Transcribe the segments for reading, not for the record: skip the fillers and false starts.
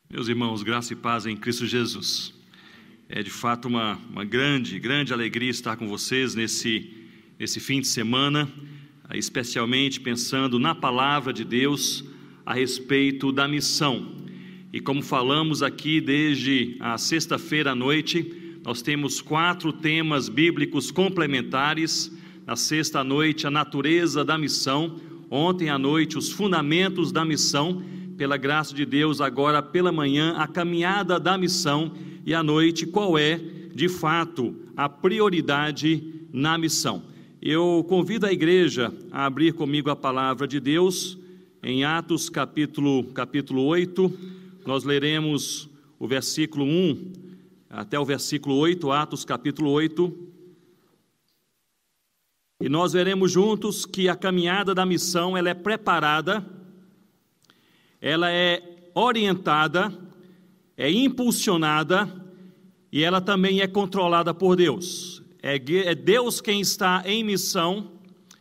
Meus irmãos, graça e paz em Cristo Jesus. É de fato uma grande alegria estar com vocês nesse fim de semana, especialmente pensando na palavra de Deus a respeito da missão. E como falamos aqui desde a sexta-feira à noite, nós temos 4 temas bíblicos complementares. Na sexta à noite, a natureza da missão. Ontem à noite, os fundamentos da missão. Pela graça de Deus, agora pela manhã, a caminhada da missão, e à noite, qual é, de fato, a prioridade na missão. Eu convido a igreja a abrir comigo a palavra de Deus, em Atos capítulo 8, nós leremos o versículo 1 até o versículo 8, Atos capítulo 8, e nós veremos juntos que a caminhada da missão, ela é preparada, ela é orientada, é impulsionada e ela também é controlada por Deus. É Deus quem está em missão,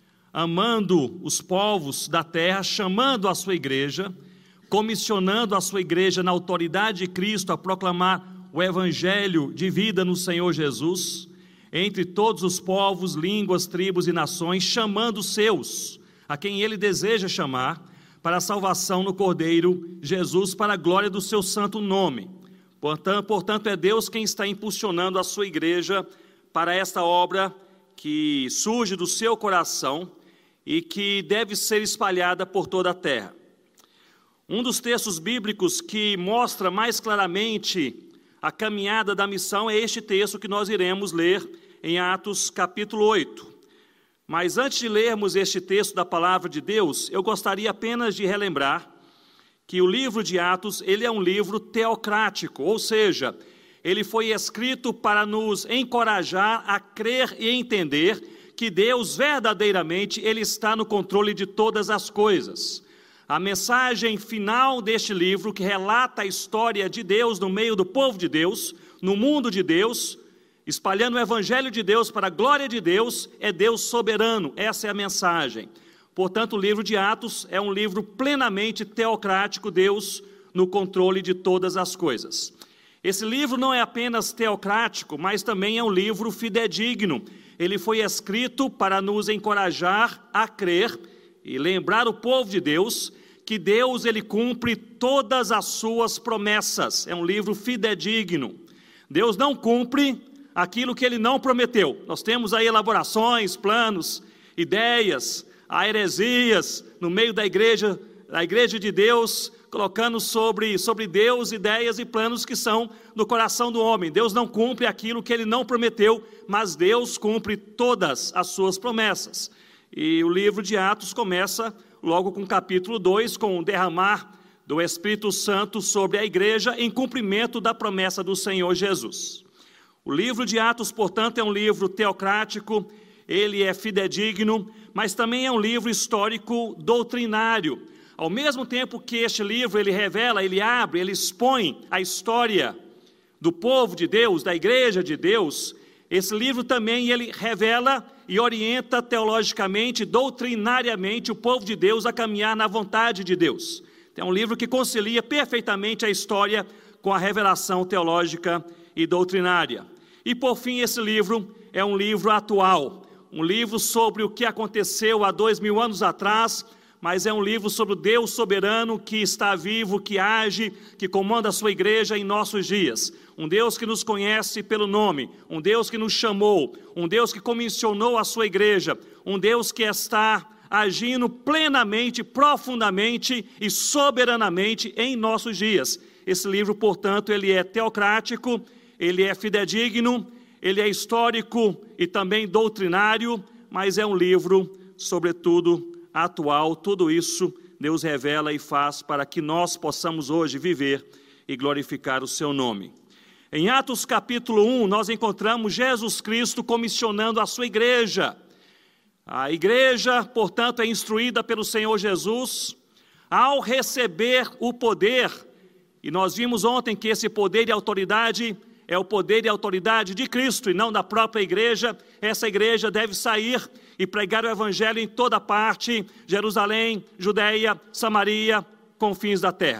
amando os povos da terra, chamando a sua igreja, comissionando a sua igreja na autoridade de Cristo a proclamar o evangelho de vida no Senhor Jesus, entre todos os povos, línguas, tribos e nações, chamando os seus, a quem Ele deseja chamar, para a salvação no Cordeiro Jesus, para a glória do seu santo nome. Portanto, é Deus quem está impulsionando a sua igreja para esta obra que surge do seu coração e que deve ser espalhada por toda a terra. Um dos textos bíblicos que mostra mais claramente a caminhada da missão é este texto que nós iremos ler em Atos capítulo 8. Mas antes de lermos este texto da palavra de Deus, eu gostaria apenas de relembrar que o livro de Atos, ele é um livro teocrático, ou seja, ele foi escrito para nos encorajar a crer e entender que Deus verdadeiramente, ele está no controle de todas as coisas. A mensagem final deste livro, que relata a história de Deus no meio do povo de Deus, no mundo de Deus, espalhando o evangelho de Deus para a glória de Deus, é Deus soberano, essa é a mensagem. Portanto, o livro de Atos é um livro plenamente teocrático, Deus no controle de todas as coisas. Esse livro não é apenas teocrático, mas também é um livro fidedigno. Ele foi escrito para nos encorajar a crer e lembrar o povo de Deus que Deus, ele cumpre todas as suas promessas. É um livro fidedigno. Deus não cumpre aquilo que ele não prometeu. Nós temos aí elaborações, planos, ideias, heresias no meio da igreja de Deus, colocando sobre Deus ideias e planos que são no coração do homem. Deus não cumpre aquilo que ele não prometeu, mas Deus cumpre todas as suas promessas. E o livro de Atos começa logo com o capítulo 2, com o derramar do Espírito Santo sobre a igreja em cumprimento da promessa do Senhor Jesus. O livro de Atos, portanto, é um livro teocrático, ele é fidedigno, mas também é um livro histórico doutrinário. Ao mesmo tempo que este livro, ele revela, ele abre, ele expõe a história do povo de Deus, da igreja de Deus, esse livro também, ele revela e orienta teologicamente, doutrinariamente, o povo de Deus a caminhar na vontade de Deus. É um livro que concilia perfeitamente a história com a revelação teológica e doutrinária. E por fim, esse livro é um livro atual, um livro sobre o que aconteceu há 2000 anos atrás, mas é um livro sobre o Deus soberano que está vivo, que age, que comanda a sua igreja em nossos dias. Um Deus que nos conhece pelo nome, um Deus que nos chamou, um Deus que comissionou a sua igreja, um Deus que está agindo plenamente, profundamente e soberanamente em nossos dias. Esse livro, portanto, ele é teocrático, ele é fidedigno, ele é histórico e também doutrinário, mas é um livro, sobretudo, atual. Tudo isso Deus revela e faz para que nós possamos hoje viver e glorificar o seu nome. Em Atos capítulo 1, nós encontramos Jesus Cristo comissionando a sua igreja. A igreja, portanto, é instruída pelo Senhor Jesus ao receber o poder. E nós vimos ontem que esse poder e autoridade é o poder e autoridade de Cristo e não da própria igreja. Essa igreja deve sair e pregar o evangelho em toda parte, Jerusalém, Judeia, Samaria, confins da terra.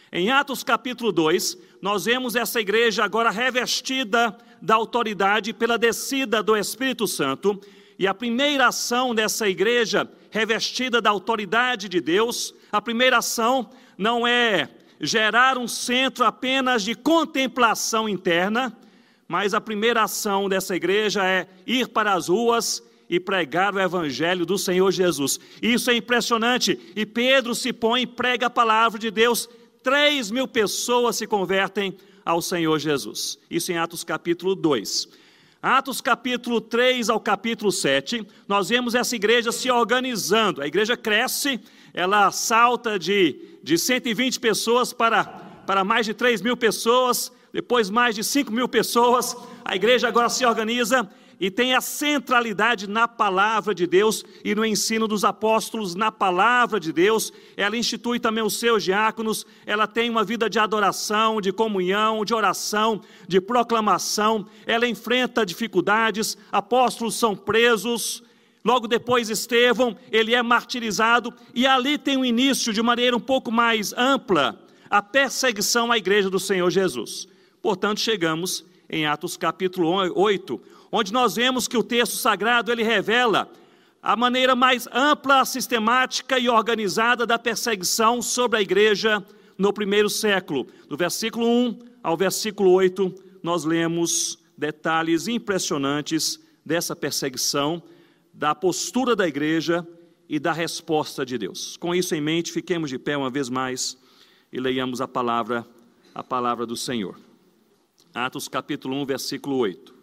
Em Atos capítulo 2, nós vemos essa igreja agora revestida da autoridade pela descida do Espírito Santo, e a primeira ação dessa igreja revestida da autoridade de Deus, a primeira ação não é gerar um centro apenas de contemplação interna, mas a primeira ação dessa igreja é ir para as ruas e pregar o evangelho do Senhor Jesus. Isso é impressionante, e Pedro se põe e prega a palavra de Deus. 3.000 pessoas se convertem ao Senhor Jesus. Isso em Atos capítulo 2. Atos capítulo 3 ao capítulo 7, nós vemos essa igreja se organizando. A igreja cresce, ela salta de 120 pessoas para mais de 3.000 pessoas, depois mais de 5.000 pessoas. A igreja agora se organiza e tem a centralidade na palavra de Deus e no ensino dos apóstolos na palavra de Deus. Ela institui também os seus diáconos, ela tem uma vida de adoração, de comunhão, de oração, de proclamação. Ela enfrenta dificuldades, apóstolos são presos, logo depois Estevão, ele é martirizado, e ali tem o início de maneira um pouco mais ampla, a perseguição à igreja do Senhor Jesus. Portanto, chegamos em Atos capítulo 8, onde nós vemos que o texto sagrado, ele revela a maneira mais ampla, sistemática e organizada da perseguição sobre a igreja no primeiro século. Do versículo 1 ao versículo 8, nós lemos detalhes impressionantes dessa perseguição, da postura da igreja e da resposta de Deus. Com isso em mente, fiquemos de pé uma vez mais e leiamos a palavra do Senhor. Atos capítulo 1, versículo 8.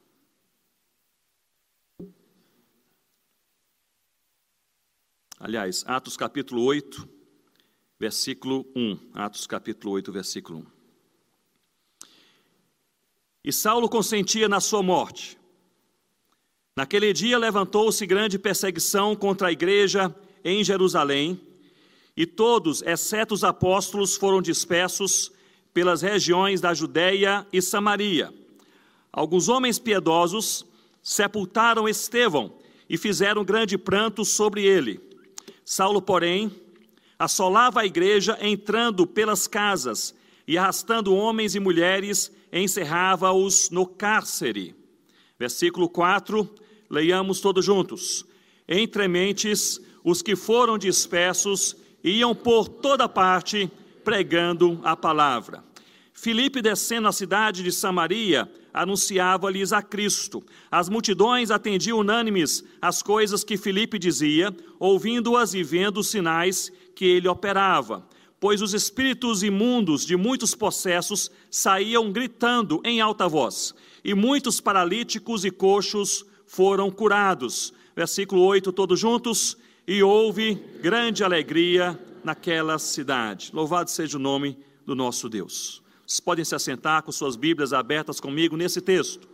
Aliás, Atos capítulo 8, versículo 1. Atos capítulo 8, versículo 1. E Saulo consentia na sua morte. Naquele dia levantou-se grande perseguição contra a igreja em Jerusalém, e todos, exceto os apóstolos, foram dispersos pelas regiões da Judeia e Samaria. Alguns homens piedosos sepultaram Estevão e fizeram grande pranto sobre ele. Saulo, porém, assolava a igreja, entrando pelas casas e arrastando homens e mulheres, encerrava-os no cárcere. Versículo 4, leiamos todos juntos. Entre mentes, os que foram dispersos iam por toda parte pregando a palavra. Filipe, descendo à cidade de Samaria, anunciava-lhes a Cristo. As multidões atendiam unânimes às coisas que Filipe dizia, ouvindo-as e vendo os sinais que ele operava. Pois os espíritos imundos de muitos possessos saíam gritando em alta voz, e muitos paralíticos e coxos foram curados. Versículo 8, todos juntos. E houve grande alegria naquela cidade. Louvado seja o nome do nosso Deus. Vocês podem se assentar com suas Bíblias abertas comigo nesse texto.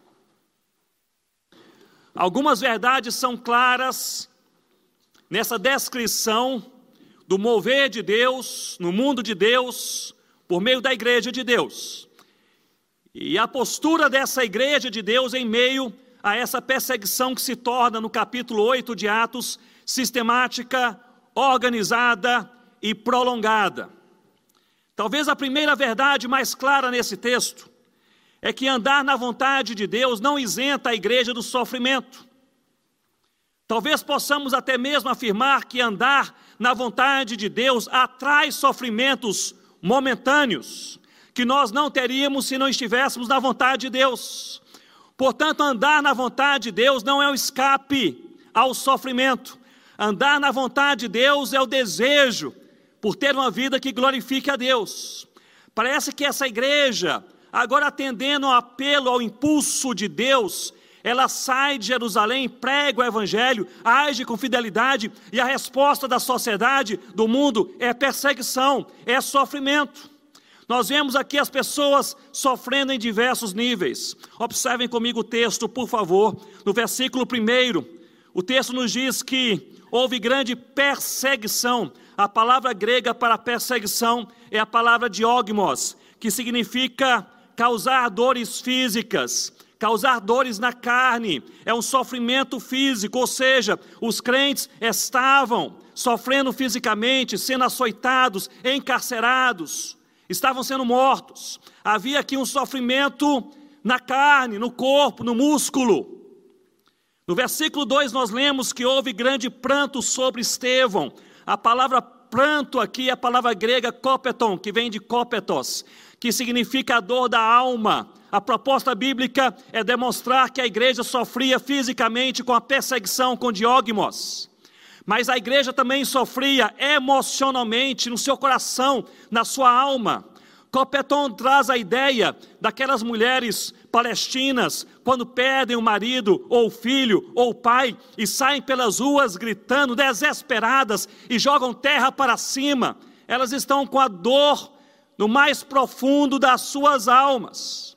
Algumas verdades são claras nessa descrição do mover de Deus, no mundo de Deus, por meio da igreja de Deus. E a postura dessa igreja de Deus em meio a essa perseguição que se torna, no capítulo 8 de Atos, sistemática, organizada e prolongada. Talvez a primeira verdade mais clara nesse texto é que andar na vontade de Deus não isenta a igreja do sofrimento. Talvez possamos até mesmo afirmar que andar na vontade de Deus atrai sofrimentos momentâneos, que nós não teríamos se não estivéssemos na vontade de Deus. Portanto, andar na vontade de Deus não é um escape ao sofrimento. Andar na vontade de Deus é o desejo por ter uma vida que glorifique a Deus. Parece que essa igreja, agora atendendo ao apelo, ao impulso de Deus, ela sai de Jerusalém, prega o evangelho, age com fidelidade, e a resposta da sociedade, do mundo, é perseguição, é sofrimento. Nós vemos aqui as pessoas sofrendo em diversos níveis. Observem comigo o texto, por favor. No versículo 1, o texto nos diz que houve grande perseguição. A palavra grega para perseguição é a palavra diogmos, que significa causar dores físicas, causar dores na carne. É um sofrimento físico, ou seja, os crentes estavam sofrendo fisicamente, sendo açoitados, encarcerados, estavam sendo mortos. Havia aqui um sofrimento na carne, no corpo, no músculo. No versículo 2 nós lemos que houve grande pranto sobre Estevão. A palavra pranto aqui é a palavra grega kopeton, que vem de kopetos, que significa a dor da alma. A proposta bíblica é demonstrar que a igreja sofria fisicamente com a perseguição, com diógmos. Mas a igreja também sofria emocionalmente, no seu coração, na sua alma. Kopeton traz a ideia daquelas mulheres palestinas, quando perdem o marido, ou o filho, ou o pai, e saem pelas ruas gritando, desesperadas, e jogam terra para cima. Elas estão com a dor no mais profundo das suas almas.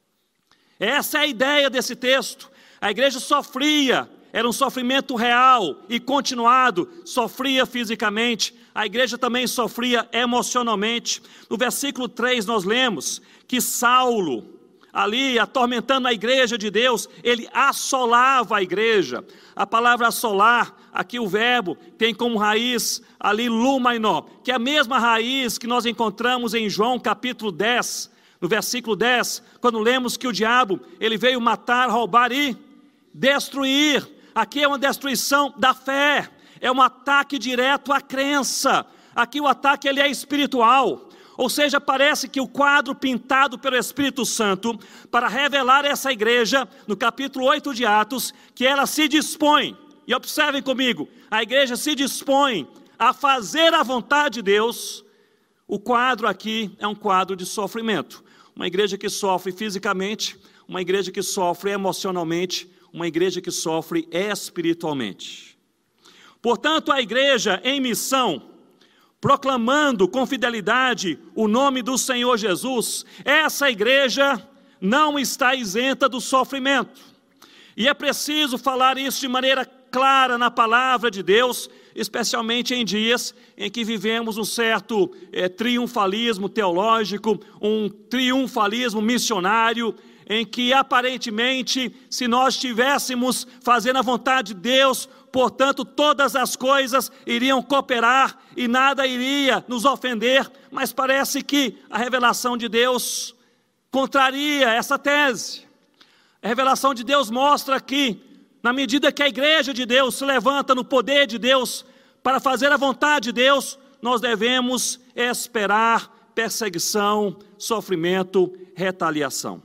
Essa é a ideia desse texto. A igreja sofria, era um sofrimento real e continuado, sofria fisicamente, a igreja também sofria emocionalmente. No versículo 3 nós lemos que Saulo, ali atormentando a igreja de Deus, ele assolava a igreja. A palavra assolar, aqui o verbo tem como raiz ali lumainó, que é a mesma raiz que nós encontramos em João capítulo 10, no versículo 10, quando lemos que o diabo, ele veio matar, roubar e destruir. Aqui é uma destruição da fé, é um ataque direto à crença. Aqui o ataque ele é espiritual, ou seja, parece que o quadro pintado pelo Espírito Santo para revelar essa igreja, no capítulo 8 de Atos, que ela se dispõe, e observem comigo, a igreja se dispõe a fazer a vontade de Deus. O quadro aqui é um quadro de sofrimento, uma igreja que sofre fisicamente, uma igreja que sofre emocionalmente, uma igreja que sofre espiritualmente. Portanto, a igreja em missão, proclamando com fidelidade o nome do Senhor Jesus, essa igreja não está isenta do sofrimento. E é preciso falar isso de maneira clara na palavra de Deus, especialmente em dias em que vivemos um certo triunfalismo teológico, um triunfalismo missionário, em que aparentemente, se nós estivéssemos fazendo a vontade de Deus, portanto todas as coisas iriam cooperar e nada iria nos ofender, mas parece que a revelação de Deus contraria essa tese. A revelação de Deus mostra que, na medida que a igreja de Deus se levanta no poder de Deus para fazer a vontade de Deus, nós devemos esperar perseguição, sofrimento, retaliação.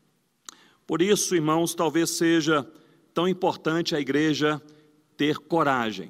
Por isso, irmãos, talvez seja tão importante a igreja ter coragem.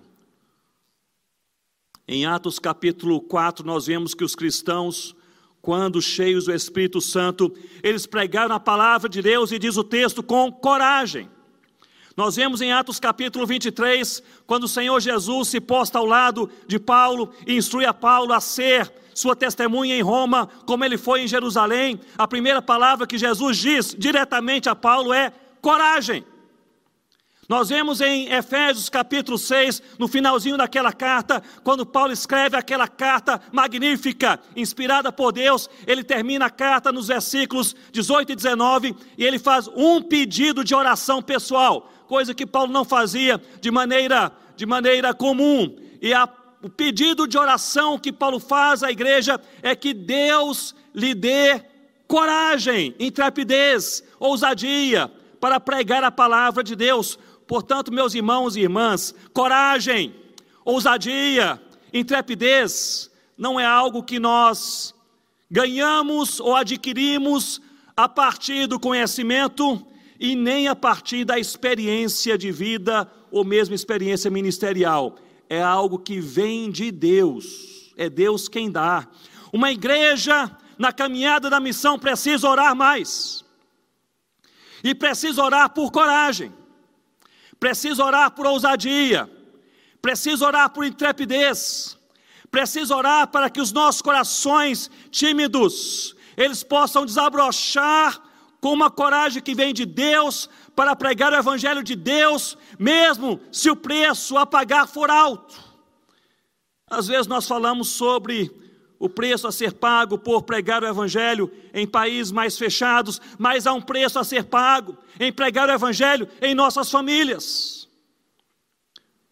Em Atos capítulo 4, nós vemos que os cristãos, quando cheios do Espírito Santo, eles pregaram a palavra de Deus, e diz o texto, com coragem. Nós vemos em Atos capítulo 23, quando o Senhor Jesus se posta ao lado de Paulo e instrui a Paulo a ser sua testemunha em Roma, como ele foi em Jerusalém. A primeira palavra que Jesus diz diretamente a Paulo é coragem. Nós vemos em Efésios capítulo 6, no finalzinho daquela carta, quando Paulo escreve aquela carta magnífica, inspirada por Deus, ele termina a carta nos versículos 18 e 19, e ele faz um pedido de oração pessoal, coisa que Paulo não fazia de maneira comum. E o pedido de oração que Paulo faz à igreja é que Deus lhe dê coragem, intrepidez, ousadia, para pregar a palavra de Deus. Portanto, meus irmãos e irmãs, coragem, ousadia, intrepidez, não é algo que nós ganhamos ou adquirimos a partir do conhecimento e nem a partir da experiência de vida ou mesmo experiência ministerial. É algo que vem de Deus, é Deus quem dá. Uma igreja na caminhada da missão precisa orar mais, e precisa orar por coragem, precisa orar por ousadia, precisa orar por intrepidez, precisa orar para que os nossos corações tímidos, eles possam desabrochar com uma coragem que vem de Deus, para pregar o evangelho de Deus, mesmo se o preço a pagar for alto. Às vezes nós falamos sobre o preço a ser pago por pregar o evangelho em países mais fechados, mas há um preço a ser pago em pregar o evangelho em nossas famílias.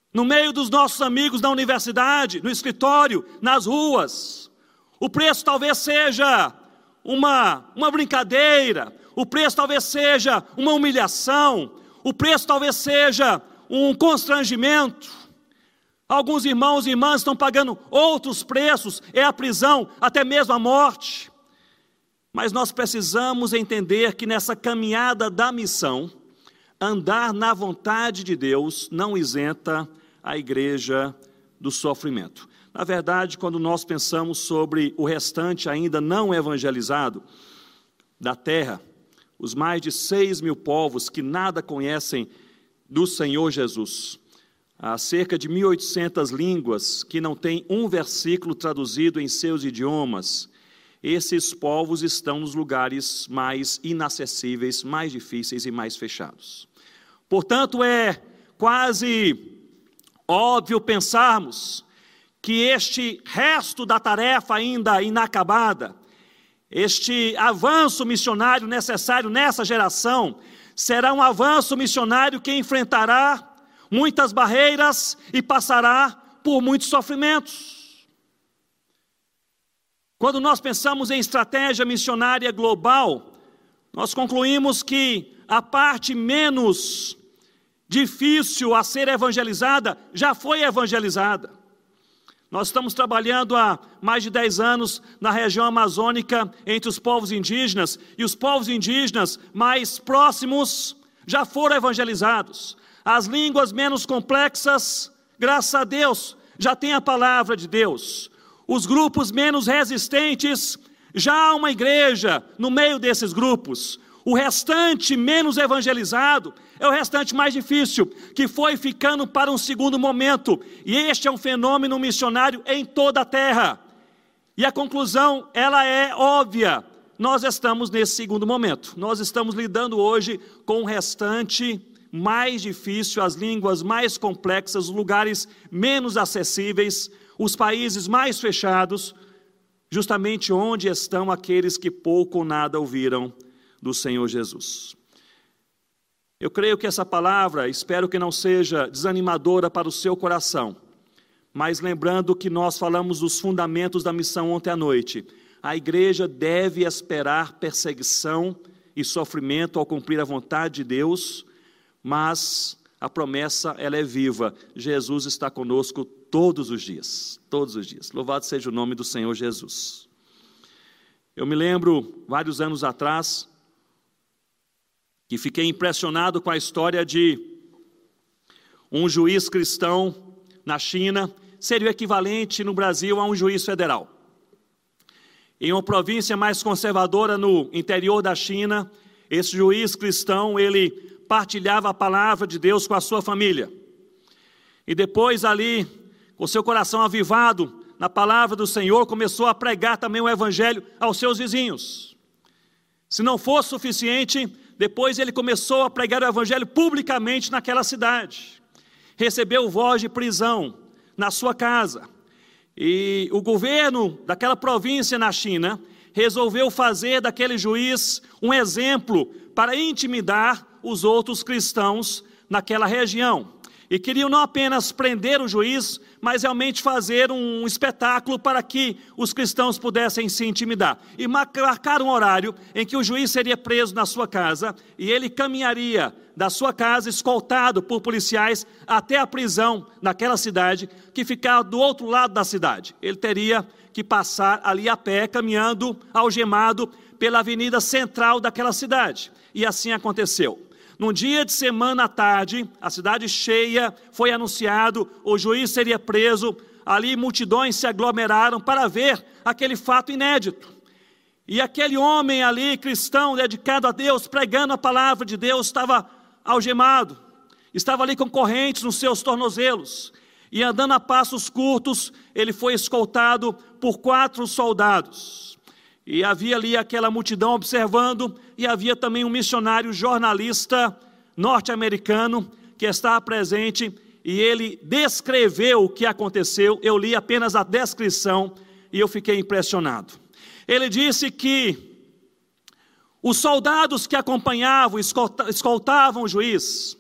no meio dos nossos amigos na universidade, no escritório, nas ruas. O preço talvez seja uma brincadeira, o preço talvez seja uma humilhação, o preço talvez seja um constrangimento. Alguns irmãos e irmãs estão pagando outros preços, é a prisão, até mesmo a morte. Mas nós precisamos entender que nessa caminhada da missão, andar na vontade de Deus não isenta a igreja do sofrimento. Na verdade, quando nós pensamos sobre o restante ainda não evangelizado da terra, os mais de 6.000 povos que nada conhecem do Senhor Jesus, há cerca de 1.800 línguas que não têm um versículo traduzido em seus idiomas, esses povos estão nos lugares mais inacessíveis, mais difíceis e mais fechados. Portanto, é quase óbvio pensarmos que este resto da tarefa ainda inacabada, este avanço missionário necessário nessa geração, será um avanço missionário que enfrentará muitas barreiras e passará por muitos sofrimentos. Quando nós pensamos em estratégia missionária global, nós concluímos que a parte menos difícil a ser evangelizada já foi evangelizada. Nós estamos trabalhando há mais de 10 anos na região amazônica entre os povos indígenas, e os povos indígenas mais próximos já foram evangelizados. As línguas menos complexas, graças a Deus, já têm a palavra de Deus. Os grupos menos resistentes, já há uma igreja no meio desses grupos. O restante menos evangelizado é o restante mais difícil, que foi ficando para um segundo momento. E este é um fenômeno missionário em toda a terra. E a conclusão, ela é óbvia. Nós estamos nesse segundo momento. Nós estamos lidando hoje com o restante mais difícil, as línguas mais complexas, os lugares menos acessíveis, os países mais fechados, justamente onde estão aqueles que pouco ou nada ouviram do Senhor Jesus. Eu creio que essa palavra, espero que não seja desanimadora para o seu coração, mas lembrando que nós falamos dos fundamentos da missão ontem à noite, a igreja deve esperar perseguição e sofrimento ao cumprir a vontade de Deus, mas a promessa, ela é viva, Jesus está conosco todos os dias, louvado seja o nome do Senhor Jesus. Eu me lembro, vários anos atrás, que fiquei impressionado com a história de um juiz cristão na China, seria o equivalente no Brasil a um juiz federal. Em uma província mais conservadora no interior da China, esse juiz cristão, ele partilhava a palavra de Deus com a sua família. E depois ali, com seu coração avivado na palavra do Senhor, começou a pregar também o evangelho aos seus vizinhos. Se não fosse suficiente, depois ele começou a pregar o evangelho publicamente naquela cidade. Recebeu voz de prisão na sua casa. E o governo daquela província na China resolveu fazer daquele juiz um exemplo para intimidar os outros cristãos naquela região. E queriam não apenas prender o juiz, mas realmente fazer um espetáculo para que os cristãos pudessem se intimidar. E marcaram um horário em que o juiz seria preso na sua casa e ele caminharia da sua casa, escoltado por policiais, até a prisão naquela cidade, que ficava do outro lado da cidade. Ele teria que passar ali a pé, caminhando, algemado, pela avenida central daquela cidade. E assim aconteceu. Num dia de semana à tarde, a cidade cheia, foi anunciado, o juiz seria preso, ali multidões se aglomeraram para ver aquele fato inédito. E aquele homem ali, cristão, dedicado a Deus, pregando a palavra de Deus, estava algemado, estava ali com correntes nos seus tornozelos, e andando a passos curtos, ele foi escoltado por 4 soldados. E havia ali aquela multidão observando, e havia também um missionário jornalista norte-americano que estava presente, e ele descreveu o que aconteceu. Eu li apenas a descrição e eu fiquei impressionado. Ele disse que os soldados que acompanhavam, escoltavam o juiz,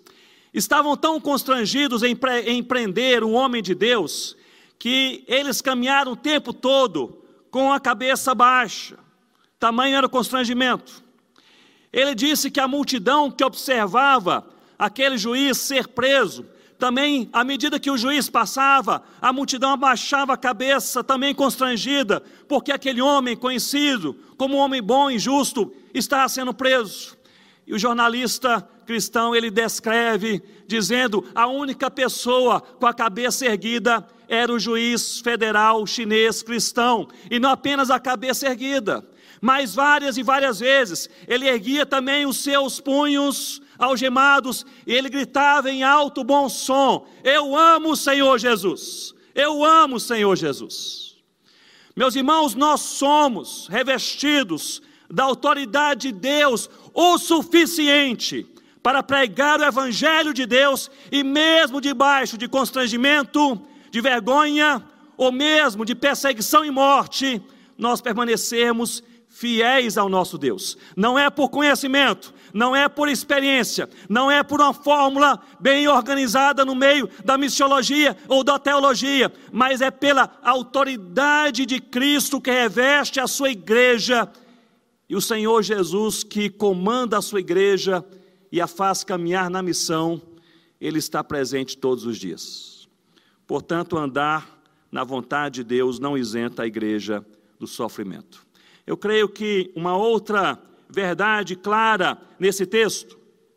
estavam tão constrangidos em prender o homem de Deus, que eles caminharam o tempo todo com a cabeça baixa. Tamanho era o constrangimento. Ele disse que a multidão que observava aquele juiz ser preso, também, à medida que o juiz passava, a multidão abaixava a cabeça, também constrangida, porque aquele homem conhecido como um homem bom e justo estava sendo preso. E o jornalista cristão, ele descreve, dizendo, a única pessoa com a cabeça erguida era o juiz federal chinês cristão, e não apenas a cabeça erguida, mas várias e várias vezes, ele erguia também os seus punhos algemados, e ele gritava em alto bom som, eu amo o Senhor Jesus, eu amo o Senhor Jesus. Meus irmãos, nós somos revestidos da autoridade de Deus o suficiente para pregar o Evangelho de Deus, e mesmo debaixo de constrangimento, de vergonha, ou mesmo de perseguição e morte, nós permanecermos fiéis ao nosso Deus. Não é por conhecimento, não é por experiência, não é por uma fórmula bem organizada no meio da missiologia ou da teologia, mas é pela autoridade de Cristo que reveste a sua igreja, e o Senhor Jesus que comanda a sua igreja e a faz caminhar na missão, Ele está presente todos os dias. Portanto, andar na vontade de Deus não isenta a igreja do sofrimento. Eu creio que uma outra verdade clara nesse texto,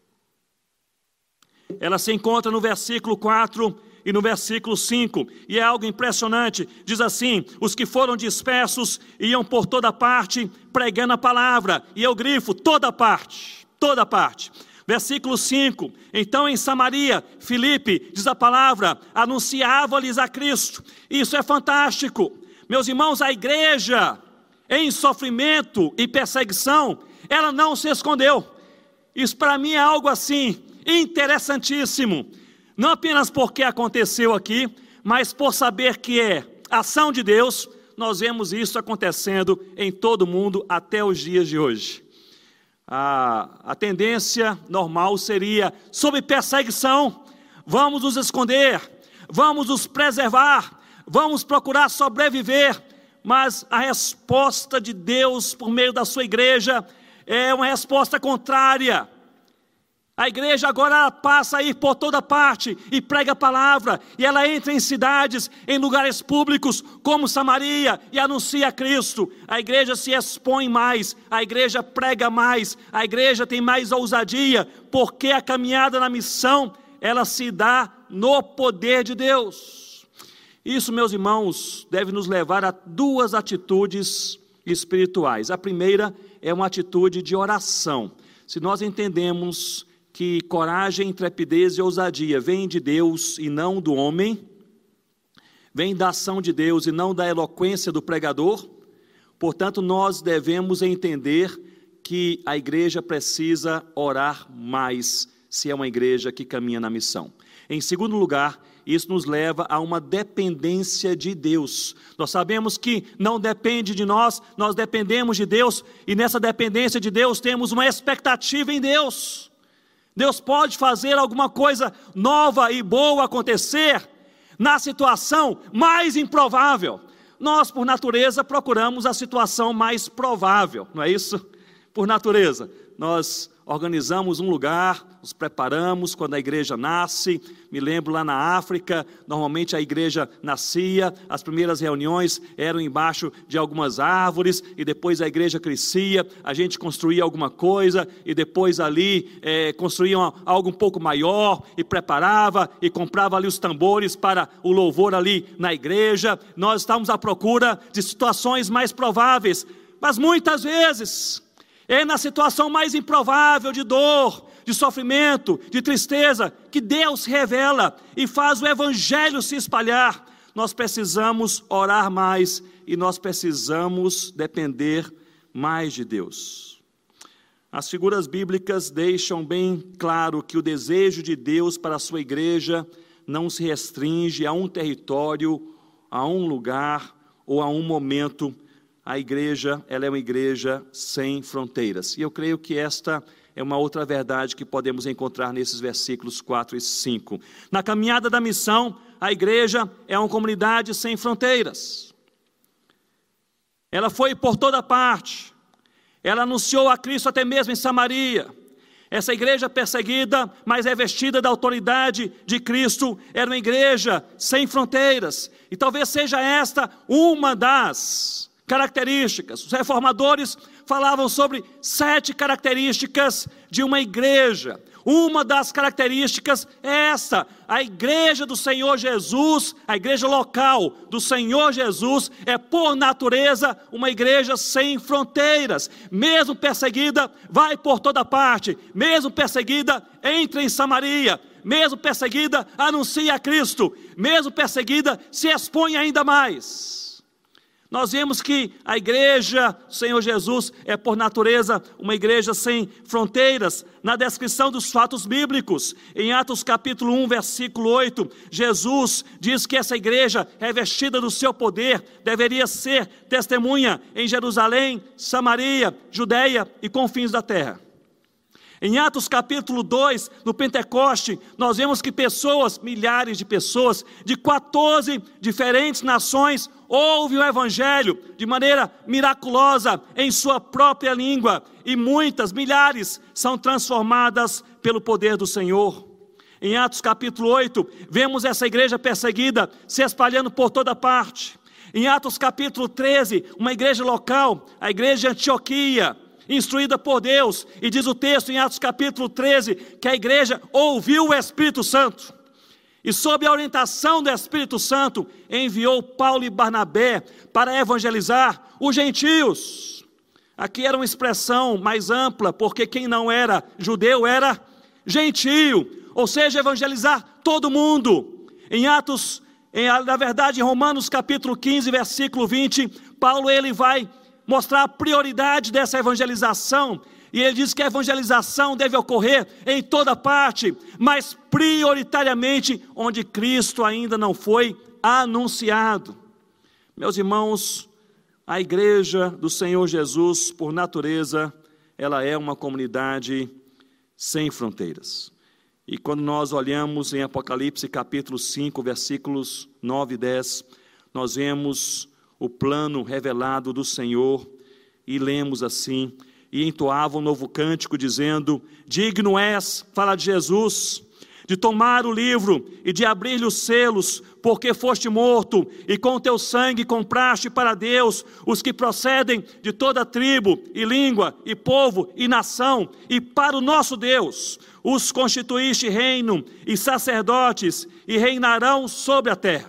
ela se encontra no versículo 4 e no versículo 5, e é algo impressionante. Diz assim: os que foram dispersos iam por toda parte pregando a palavra, e eu grifo, toda parte, toda parte. Versículo 5, então em Samaria, Filipe, diz a palavra, anunciava-lhes a Cristo. Isso é fantástico. Meus irmãos, a igreja em sofrimento e perseguição, ela não se escondeu. Isso para mim é algo assim, interessantíssimo. Não apenas porque aconteceu aqui, mas por saber que é ação de Deus. Nós vemos isso acontecendo em todo o mundo até os dias de hoje. A tendência normal seria, sob perseguição, vamos nos esconder, vamos nos preservar, vamos procurar sobreviver, mas a resposta de Deus por meio da sua igreja é uma resposta contrária. A igreja agora passa a ir por toda parte e prega a palavra, e ela entra em cidades, em lugares públicos como Samaria, e anuncia Cristo. A igreja se expõe mais, a igreja prega mais, a igreja tem mais ousadia, porque a caminhada na missão, ela se dá no poder de Deus. Isso, meus irmãos, deve nos levar a duas atitudes espirituais. A primeira é uma atitude de oração. Se nós entendemos que coragem, intrepidez e ousadia vêm de Deus e não do homem, vem da ação de Deus e não da eloquência do pregador, portanto nós devemos entender que a igreja precisa orar mais, se é uma igreja que caminha na missão. Em segundo lugar, isso nos leva a uma dependência de Deus. Nós sabemos que não depende de nós, nós dependemos de Deus, e nessa dependência de Deus temos uma expectativa em Deus. Deus pode fazer alguma coisa nova e boa acontecer na situação mais improvável. Nós, por natureza, procuramos a situação mais provável, não é isso? Por natureza, nós organizamos um lugar, nos preparamos quando a igreja nasce. Me lembro lá na África, normalmente a igreja nascia, as primeiras reuniões eram embaixo de algumas árvores, e depois a igreja crescia, a gente construía alguma coisa, e depois ali construíam algo um pouco maior, e preparava, e comprava ali os tambores para o louvor ali na igreja. Nós estávamos à procura de situações mais prováveis, mas muitas vezes é na situação mais improvável de dor, de sofrimento, de tristeza, que Deus se revela e faz o evangelho se espalhar. Nós precisamos orar mais e nós precisamos depender mais de Deus. As figuras bíblicas deixam bem claro que o desejo de Deus para a sua igreja não se restringe a um território, a um lugar ou a um momento. A igreja, ela é uma igreja sem fronteiras. E eu creio que esta é uma outra verdade que podemos encontrar nesses versículos 4 e 5. Na caminhada da missão, a igreja é uma comunidade sem fronteiras. Ela foi por toda parte. Ela anunciou a Cristo até mesmo em Samaria. Essa igreja perseguida, mas revestida da autoridade de Cristo, era uma igreja sem fronteiras. E talvez seja esta uma das características. Os reformadores falavam sobre 7 características de uma igreja. Uma das características é essa: a igreja do Senhor Jesus, a igreja local do Senhor Jesus, é por natureza uma igreja sem fronteiras. Mesmo perseguida, vai por toda parte. Mesmo perseguida, entra em Samaria. Mesmo perseguida, anuncia a Cristo. Mesmo perseguida, se expõe ainda mais. Nós vemos que a igreja do Senhor Jesus é por natureza uma igreja sem fronteiras. Na descrição dos fatos bíblicos, em Atos capítulo 1, versículo 8, Jesus diz que essa igreja, revestida do seu poder, deveria ser testemunha em Jerusalém, Samaria, Judeia e confins da terra. Em Atos capítulo 2, no Pentecoste, nós vemos que pessoas, milhares de pessoas, de 14 diferentes nações, ouvem o Evangelho de maneira miraculosa em sua própria língua. E muitas, milhares, são transformadas pelo poder do Senhor. Em Atos capítulo 8, vemos essa igreja perseguida se espalhando por toda parte. Em Atos capítulo 13, uma igreja local, a igreja de Antioquia, instruída por Deus, e diz o texto em Atos capítulo 13, que a igreja ouviu o Espírito Santo, e sob a orientação do Espírito Santo, enviou Paulo e Barnabé para evangelizar os gentios. Aqui era uma expressão mais ampla, porque quem não era judeu era gentio, ou seja, evangelizar todo mundo. Na verdade, em Romanos capítulo 15, versículo 20, Paulo ele vai mostrar a prioridade dessa evangelização, e ele diz que a evangelização deve ocorrer em toda parte, mas prioritariamente onde Cristo ainda não foi anunciado. Meus irmãos, a igreja do Senhor Jesus, por natureza, ela é uma comunidade sem fronteiras. E quando nós olhamos em Apocalipse capítulo 5, versículos 9 e 10, nós vemos o plano revelado do Senhor, e lemos assim: e entoava um novo cântico dizendo: digno és, fala de Jesus, de tomar o livro e de abrir-lhe os selos, porque foste morto, e com teu sangue compraste para Deus os que procedem de toda tribo, e língua, e povo, e nação, e para o nosso Deus os constituíste reino e sacerdotes, e reinarão sobre a terra.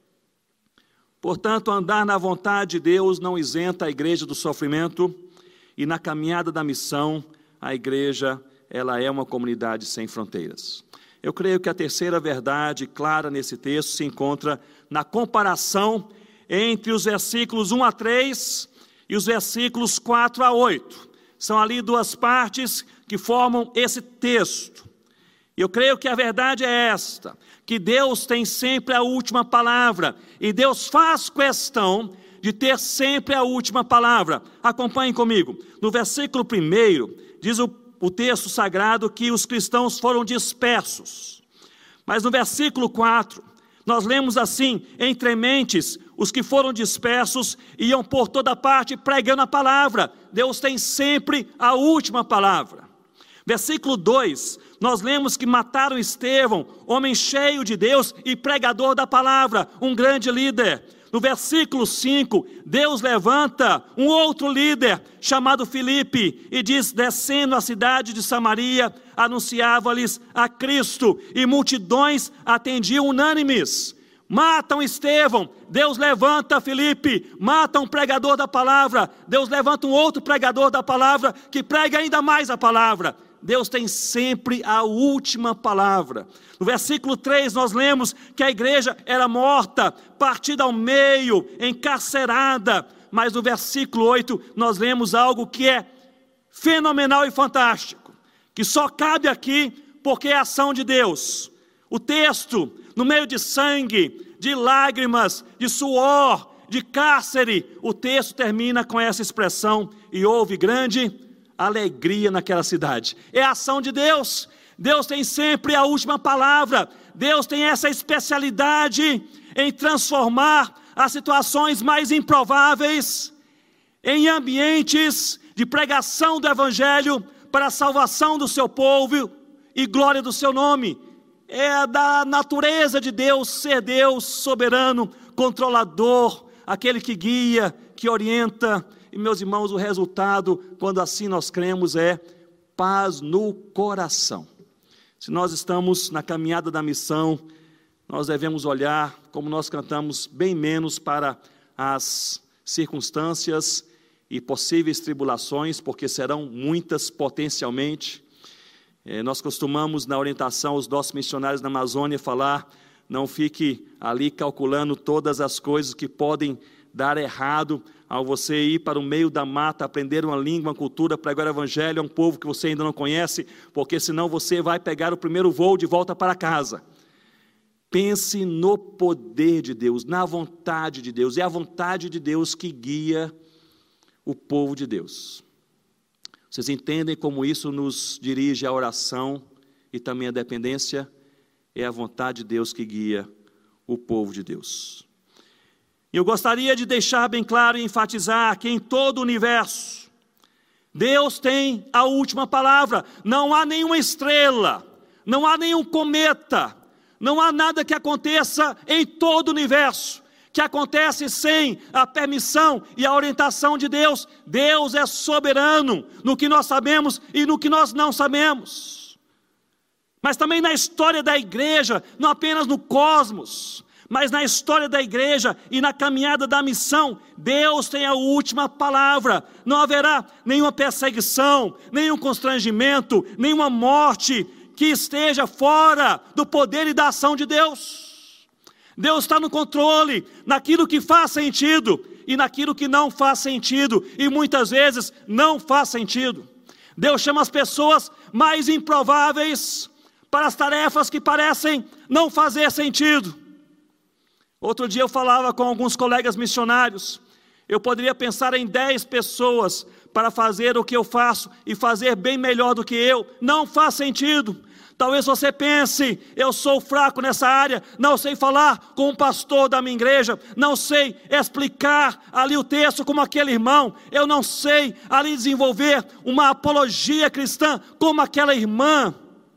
Portanto, andar na vontade de Deus não isenta a igreja do sofrimento, e na caminhada da missão, a igreja, ela é uma comunidade sem fronteiras. Eu creio que a terceira verdade clara nesse texto se encontra na comparação entre os versículos 1 a 3 e os versículos 4 a 8. São ali duas partes que formam esse texto. Eu creio que a verdade é esta: que Deus tem sempre a última palavra, e Deus faz questão de ter sempre a última palavra. Acompanhem comigo. No versículo 1, diz o texto sagrado que os cristãos foram dispersos. Mas no versículo 4, nós lemos assim: entre mentes, os que foram dispersos iam por toda parte pregando a palavra. Deus tem sempre a última palavra. Versículo 2, nós lemos que mataram Estevão, homem cheio de Deus e pregador da palavra, um grande líder. No versículo 5, Deus levanta um outro líder, chamado Filipe, e diz: descendo a cidade de Samaria, anunciava-lhes a Cristo, e multidões atendiam unânimes. Matam Estevão, Deus levanta Filipe, mata um pregador da palavra, Deus levanta um outro pregador da palavra, que prega ainda mais a palavra. Deus tem sempre a última palavra. No versículo 3 nós lemos que a igreja era morta, partida ao meio, encarcerada. Mas no versículo 8 nós lemos algo que é fenomenal e fantástico, que só cabe aqui porque é a ação de Deus. O texto, no meio de sangue, de lágrimas, de suor, de cárcere, o texto termina com essa expressão: e houve grande alegria naquela cidade. É a ação de Deus. Deus tem sempre a última palavra. Deus tem essa especialidade em transformar as situações mais improváveis em ambientes de pregação do Evangelho para a salvação do seu povo e glória do seu nome. É da natureza de Deus ser Deus soberano, controlador, aquele que guia, que orienta. E meus irmãos, o resultado, quando assim nós cremos, é paz no coração. Se nós estamos na caminhada da missão, nós devemos olhar, como nós cantamos, bem menos para as circunstâncias e possíveis tribulações, porque serão muitas potencialmente. Nós costumamos, na orientação aos nossos missionários na Amazônia, falar: não fique ali calculando todas as coisas que podem dar errado ao você ir para o meio da mata, aprender uma língua, uma cultura, pregar o Evangelho a um povo que você ainda não conhece, porque senão você vai pegar o primeiro voo de volta para casa. Pense no poder de Deus, na vontade de Deus. É a vontade de Deus que guia o povo de Deus. Vocês entendem como isso nos dirige à oração e também à dependência? É a vontade de Deus que guia o povo de Deus. Eu gostaria de deixar bem claro e enfatizar que em todo o universo, Deus tem a última palavra. Não há nenhuma estrela, não há nenhum cometa, não há nada que aconteça em todo o universo que acontece sem a permissão e a orientação de Deus. Deus é soberano no que nós sabemos e no que nós não sabemos. Mas também na história da igreja, não apenas no cosmos, mas na história da igreja e na caminhada da missão, Deus tem a última palavra. Não haverá nenhuma perseguição, nenhum constrangimento, nenhuma morte que esteja fora do poder e da ação de Deus. Deus está no controle, naquilo que faz sentido e naquilo que não faz sentido, e muitas vezes não faz sentido. Deus chama as pessoas mais improváveis para as tarefas que parecem não fazer sentido. Outro dia eu falava com alguns colegas missionários. Eu poderia pensar em 10 pessoas para fazer o que eu faço e fazer bem melhor do que eu. Não faz sentido. Talvez você pense: eu sou fraco nessa área, não sei falar com um pastor da minha igreja, não sei explicar ali o texto como aquele irmão, eu não sei ali desenvolver uma apologia cristã como aquela irmã.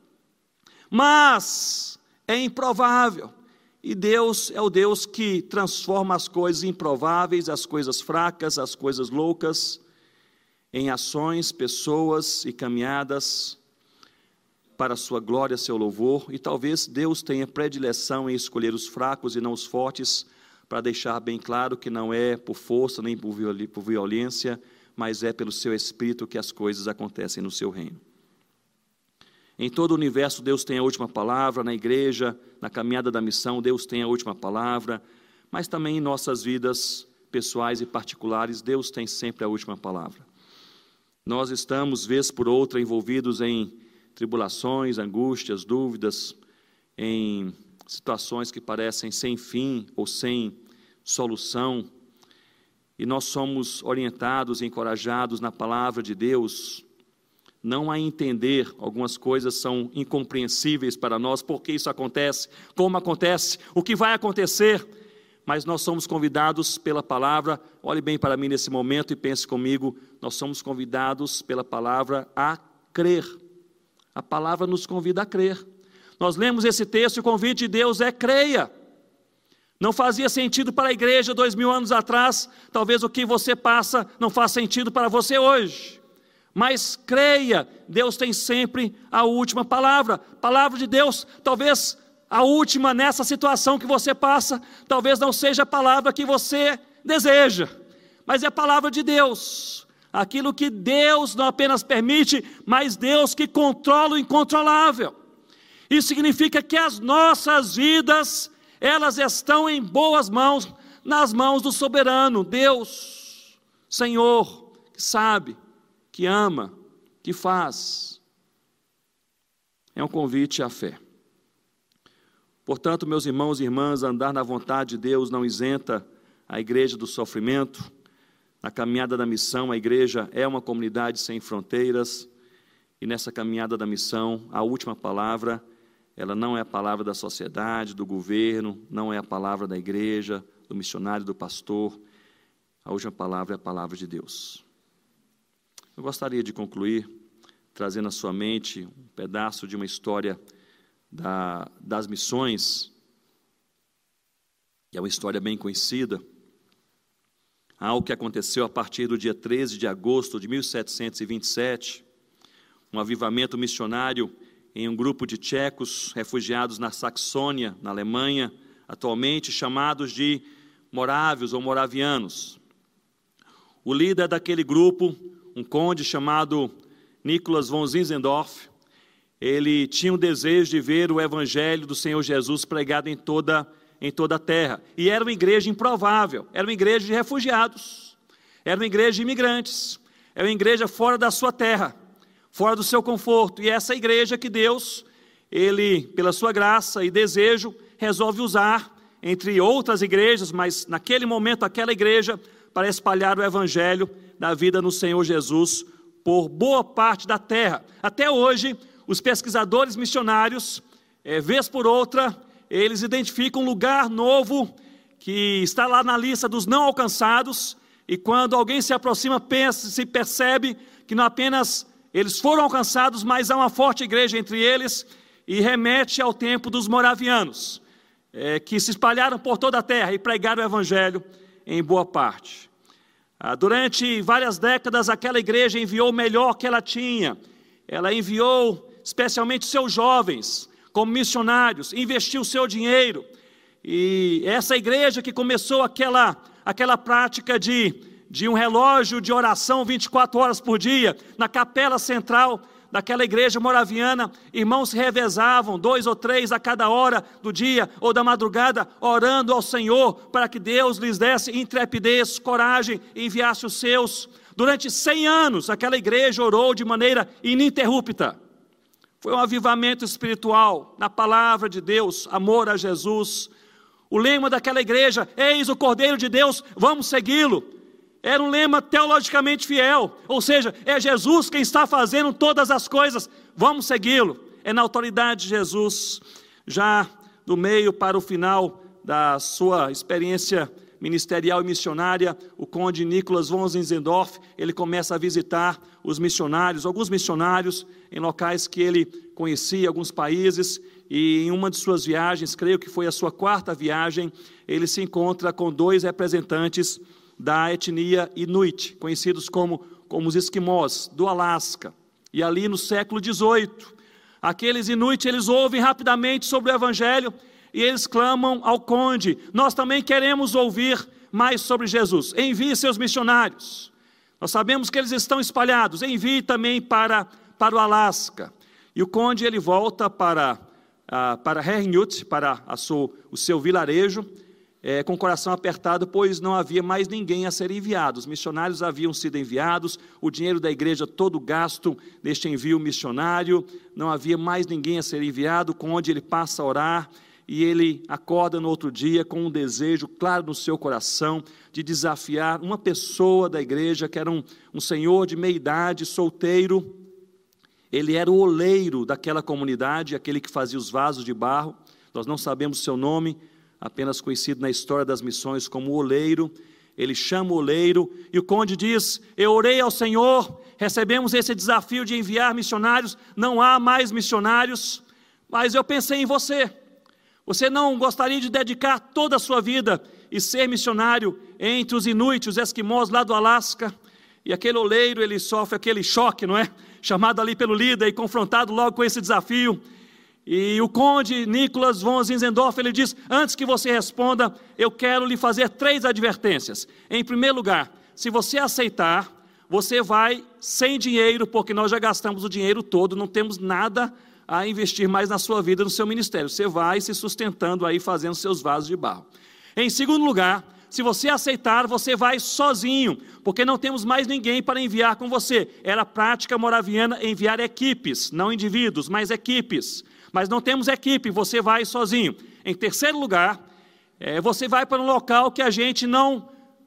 Mas é improvável. E Deus é o Deus que transforma as coisas improváveis, as coisas fracas, as coisas loucas, em ações, pessoas e caminhadas para a sua glória, seu louvor. E talvez Deus tenha predileção em escolher os fracos e não os fortes, para deixar bem claro que não é por força nem por violência, mas é pelo seu Espírito que as coisas acontecem no seu reino. Em todo o universo, Deus tem a última palavra. Na igreja, na caminhada da missão, Deus tem a última palavra. Mas também em nossas vidas pessoais e particulares, Deus tem sempre a última palavra. Nós estamos, vez por outra, envolvidos em tribulações, angústias, dúvidas, em situações que parecem sem fim ou sem solução. E nós somos orientados e encorajados na palavra de Deus, não a entender. Algumas coisas são incompreensíveis para nós, por que isso acontece, como acontece, o que vai acontecer, mas nós somos convidados pela palavra. Olhe bem para mim nesse momento e pense comigo, nós somos convidados pela palavra a crer. A palavra nos convida a crer. Nós lemos esse texto e o convite de Deus é: creia. Não fazia sentido para a igreja 2000 anos atrás, talvez o que você passa não faz sentido para você hoje. Mas creia, Deus tem sempre a última palavra. Palavra de Deus, talvez a última nessa situação que você passa, talvez não seja a palavra que você deseja, mas é a palavra de Deus. Aquilo que Deus não apenas permite, mas Deus que controla o incontrolável. Isso significa que as nossas vidas, elas estão em boas mãos, nas mãos do soberano, Deus, Senhor, que sabe, que ama, que faz. É um convite à fé. Portanto, meus irmãos e irmãs, andar na vontade de Deus não isenta a igreja do sofrimento, Na caminhada da missão, a igreja é uma comunidade sem fronteiras, e nessa caminhada da missão, a última palavra, ela não é a palavra da sociedade, do governo, não é a palavra da igreja, do missionário, do pastor. A última palavra é a palavra de Deus. Eu gostaria de concluir trazendo à sua mente um pedaço de uma história das missões, que é uma história bem conhecida. Algo que aconteceu a partir do dia 13 de agosto de 1727, um avivamento missionário em um grupo de tchecos refugiados na Saxônia, na Alemanha, atualmente chamados de morávios ou moravianos. O líder daquele grupo, um conde chamado Nicholas von Zinzendorf, ele tinha um desejo de ver o evangelho do Senhor Jesus pregado em toda a terra. E era uma igreja improvável, era uma igreja de refugiados, era uma igreja de imigrantes, era uma igreja fora da sua terra, fora do seu conforto. E essa igreja que Deus, Ele, pela sua graça e desejo, resolve usar entre outras igrejas, mas naquele momento aquela igreja para espalhar o evangelho da vida no Senhor Jesus por boa parte da terra. Até hoje, os pesquisadores missionários, vez por outra, eles identificam um lugar novo que está lá na lista dos não alcançados, e quando alguém se aproxima, se percebe que não apenas eles foram alcançados, mas há uma forte igreja entre eles, e remete ao tempo dos moravianos, que se espalharam por toda a terra e pregaram o evangelho em boa parte. Durante várias décadas, aquela igreja enviou o melhor que ela tinha. Ela enviou especialmente seus jovens como missionários, investiu o seu dinheiro. E essa igreja que começou aquela prática de um relógio de oração 24 horas por dia, na capela central daquela igreja moraviana, irmãos se revezavam, 2 ou 3 a cada hora do dia ou da madrugada, orando ao Senhor, para que Deus lhes desse intrepidez, coragem, e enviasse os seus. Durante 100 anos, aquela igreja orou de maneira ininterrupta. Foi um avivamento espiritual, na palavra de Deus, amor a Jesus. O lema daquela igreja, eis o Cordeiro de Deus, vamos segui-lo. Era um lema teologicamente fiel, ou seja, é Jesus quem está fazendo todas as coisas, vamos segui-lo. É na autoridade de Jesus. Já do meio para o final da sua experiência ministerial e missionária, o conde Nicholas von Zinzendorf, ele começa a visitar os missionários, alguns missionários em locais que ele conhecia, alguns países, e em uma de suas viagens, creio que foi a sua 4ª viagem, ele se encontra com 2 representantes da etnia Inuit, conhecidos como os esquimós do Alasca. E ali no século XVIII, aqueles Inuit, eles ouvem rapidamente sobre o evangelho e eles clamam ao conde: nós também queremos ouvir mais sobre Jesus, envie seus missionários. Nós sabemos que eles estão espalhados, envie também para o Alasca. E o conde, ele volta para Herrnhut, para o seu vilarejo, com o coração apertado, pois não havia mais ninguém a ser enviado. Os missionários haviam sido enviados, o dinheiro da igreja todo gasto neste envio missionário, não havia mais ninguém a ser enviado. Com onde ele passa a orar, e ele acorda no outro dia com um desejo claro no seu coração de desafiar uma pessoa da igreja, que era um senhor de meia idade, solteiro. Ele era o oleiro daquela comunidade, aquele que fazia os vasos de barro. Nós não sabemos seu nome, apenas conhecido na história das missões como oleiro. Ele chama o oleiro, e o conde diz: eu orei ao Senhor, recebemos esse desafio de enviar missionários, não há mais missionários, mas eu pensei em você. Você não gostaria de dedicar toda a sua vida e ser missionário entre os Inuit, os esquimós lá do Alasca? E aquele oleiro, ele sofre aquele choque, não é? Chamado ali pelo líder e confrontado logo com esse desafio. E o conde Nicholas von Zinzendorf, ele diz: antes que você responda, eu quero lhe fazer 3 advertências. Em primeiro lugar, se você aceitar, você vai sem dinheiro, porque nós já gastamos o dinheiro todo, não temos nada a investir mais na sua vida, no seu ministério. Você vai se sustentando aí, fazendo seus vasos de barro. Em segundo lugar, se você aceitar, você vai sozinho, porque não temos mais ninguém para enviar com você. Era prática moraviana enviar equipes, não indivíduos, mas equipes. Mas não temos equipe, você vai sozinho. Em terceiro lugar, você vai para um local que a gente não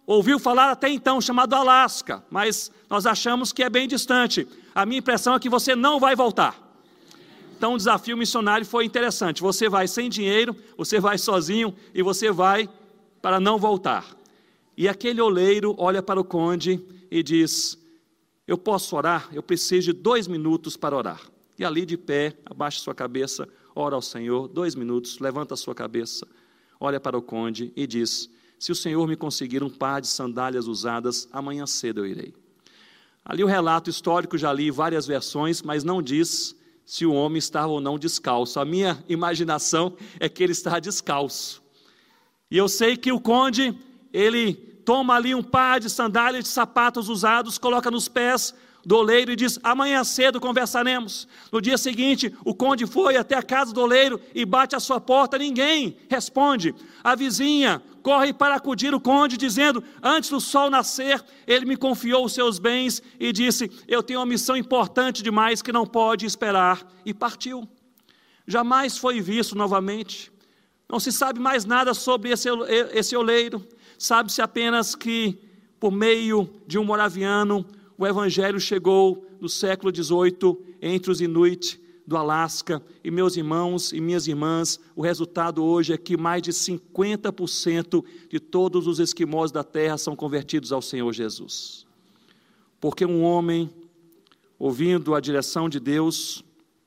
ouviu falar até então, chamado Alasca, mas nós achamos que é bem distante. A minha impressão é que você não vai voltar. Então o desafio missionário foi interessante. Você vai sem dinheiro, você vai sozinho e você vai para não voltar. E aquele oleiro olha para o conde e diz: eu posso orar? Eu preciso de 2 minutos para orar. E ali de pé, abaixa sua cabeça, ora ao Senhor, 2 minutos, levanta a sua cabeça, olha para o conde e diz: se o Senhor me conseguir um par de sandálias usadas, amanhã cedo eu irei. Ali o relato histórico, já li várias versões, mas não diz se o homem estava ou não descalço. A minha imaginação é que ele está descalço. E eu sei que o conde, ele toma ali um par de sandálias de sapatos usados, coloca nos pés do oleiro e diz: amanhã cedo conversaremos. No dia seguinte, o conde foi até a casa do oleiro e bate à sua porta, ninguém responde. A vizinha corre para acudir o conde, dizendo: antes do sol nascer, ele me confiou os seus bens e disse: eu tenho uma missão importante demais que não pode esperar. E partiu. Jamais foi visto novamente. Não se sabe mais nada sobre esse oleiro. Sabe-se apenas que, por meio de um moraviano, o evangelho chegou no século XVIII entre os Inuit do Alasca. E meus irmãos e minhas irmãs, o resultado hoje é que mais de 50% de todos os esquimós da terra são convertidos ao Senhor Jesus. Porque um homem, ouvindo a direção de Deus,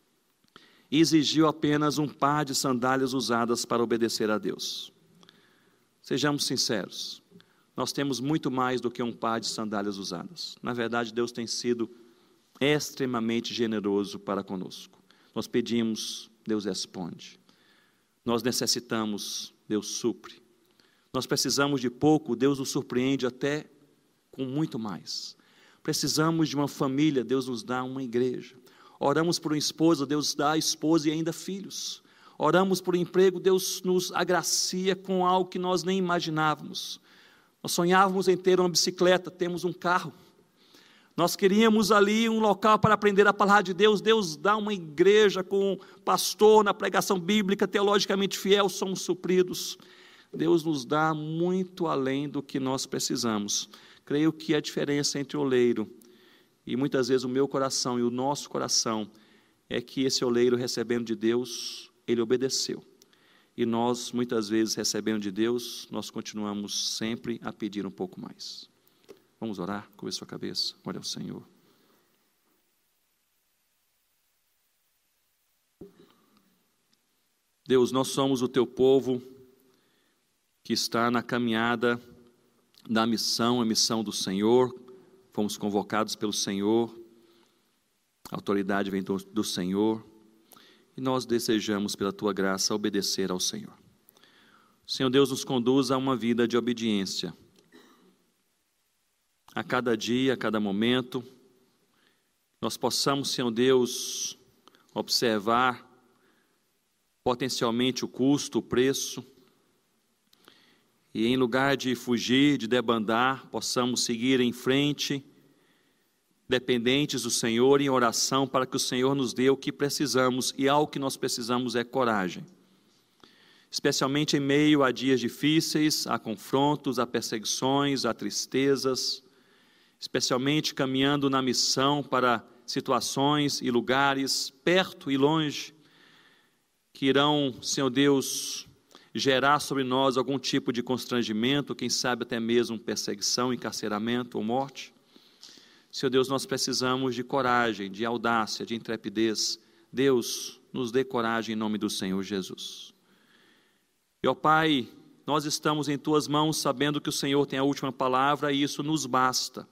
exigiu apenas um par de sandálias usadas para obedecer a Deus. Sejamos sinceros, nós temos muito mais do que um par de sandálias usadas. Na verdade, Deus tem sido extremamente generoso para conosco. Nós pedimos, Deus responde. Nós necessitamos, Deus supre. Nós precisamos de pouco, Deus nos surpreende até com muito mais. Precisamos de uma família, Deus nos dá uma igreja. Oramos por uma esposa, Deus dá a esposa e ainda filhos. Oramos por um emprego, Deus nos agracia com algo que nós nem imaginávamos. Nós sonhávamos em ter uma bicicleta, temos um carro. Nós queríamos ali um local para aprender a palavra de Deus. Deus dá uma igreja com um pastor na pregação bíblica, teologicamente fiel, somos supridos. Deus nos dá muito além do que nós precisamos. Creio que a diferença entre o oleiro e muitas vezes o meu coração e o nosso coração é que esse oleiro, recebendo de Deus, ele obedeceu. E nós, muitas vezes, recebendo de Deus, nós continuamos sempre a pedir um pouco mais. Vamos orar? Curva sua cabeça, olha ao Senhor. Deus, nós somos o teu povo que está na caminhada da missão, a missão do Senhor. Fomos convocados pelo Senhor, a autoridade vem do Senhor. E nós desejamos, pela Tua graça, obedecer ao Senhor. Senhor Deus, nos conduz a uma vida de obediência. A cada dia, a cada momento, nós possamos, Senhor Deus, observar potencialmente o custo, o preço, e em lugar de fugir, de debandar, possamos seguir em frente, dependentes do Senhor, em oração, para que o Senhor nos dê o que precisamos, e algo que nós precisamos é coragem. Especialmente em meio a dias difíceis, a confrontos, a perseguições, a tristezas, especialmente caminhando na missão para situações e lugares perto e longe, que irão, Senhor Deus, gerar sobre nós algum tipo de constrangimento, quem sabe até mesmo perseguição, encarceramento ou morte. Senhor Deus, nós precisamos de coragem, de audácia, de intrepidez. Deus, nos dê coragem em nome do Senhor Jesus. E, ó Pai, nós estamos em Tuas mãos, sabendo que o Senhor tem a última palavra e isso nos basta.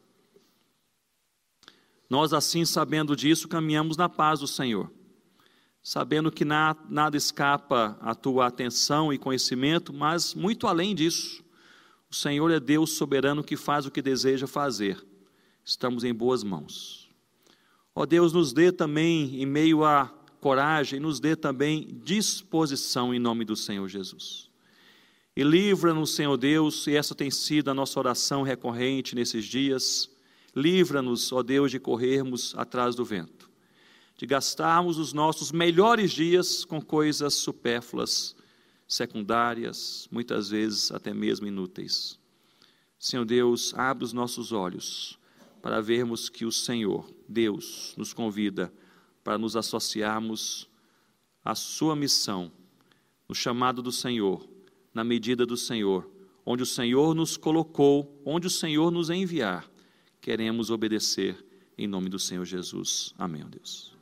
Nós, assim, sabendo disso, caminhamos na paz do Senhor, sabendo que nada escapa à Tua atenção e conhecimento, mas muito além disso, o Senhor é Deus soberano que faz o que deseja fazer. Estamos em boas mãos. Ó Deus, nos dê também, em meio à coragem, nos dê também disposição em nome do Senhor Jesus. E livra-nos, Senhor Deus, e essa tem sido a nossa oração recorrente nesses dias, livra-nos, ó Deus, de corrermos atrás do vento, de gastarmos os nossos melhores dias com coisas supérfluas, secundárias, muitas vezes até mesmo inúteis. Senhor Deus, abre os nossos olhos para vermos que o Senhor, Deus, nos convida para nos associarmos à sua missão, no chamado do Senhor, na medida do Senhor, onde o Senhor nos colocou, onde o Senhor nos enviar, queremos obedecer em nome do Senhor Jesus. Amém, ó Deus.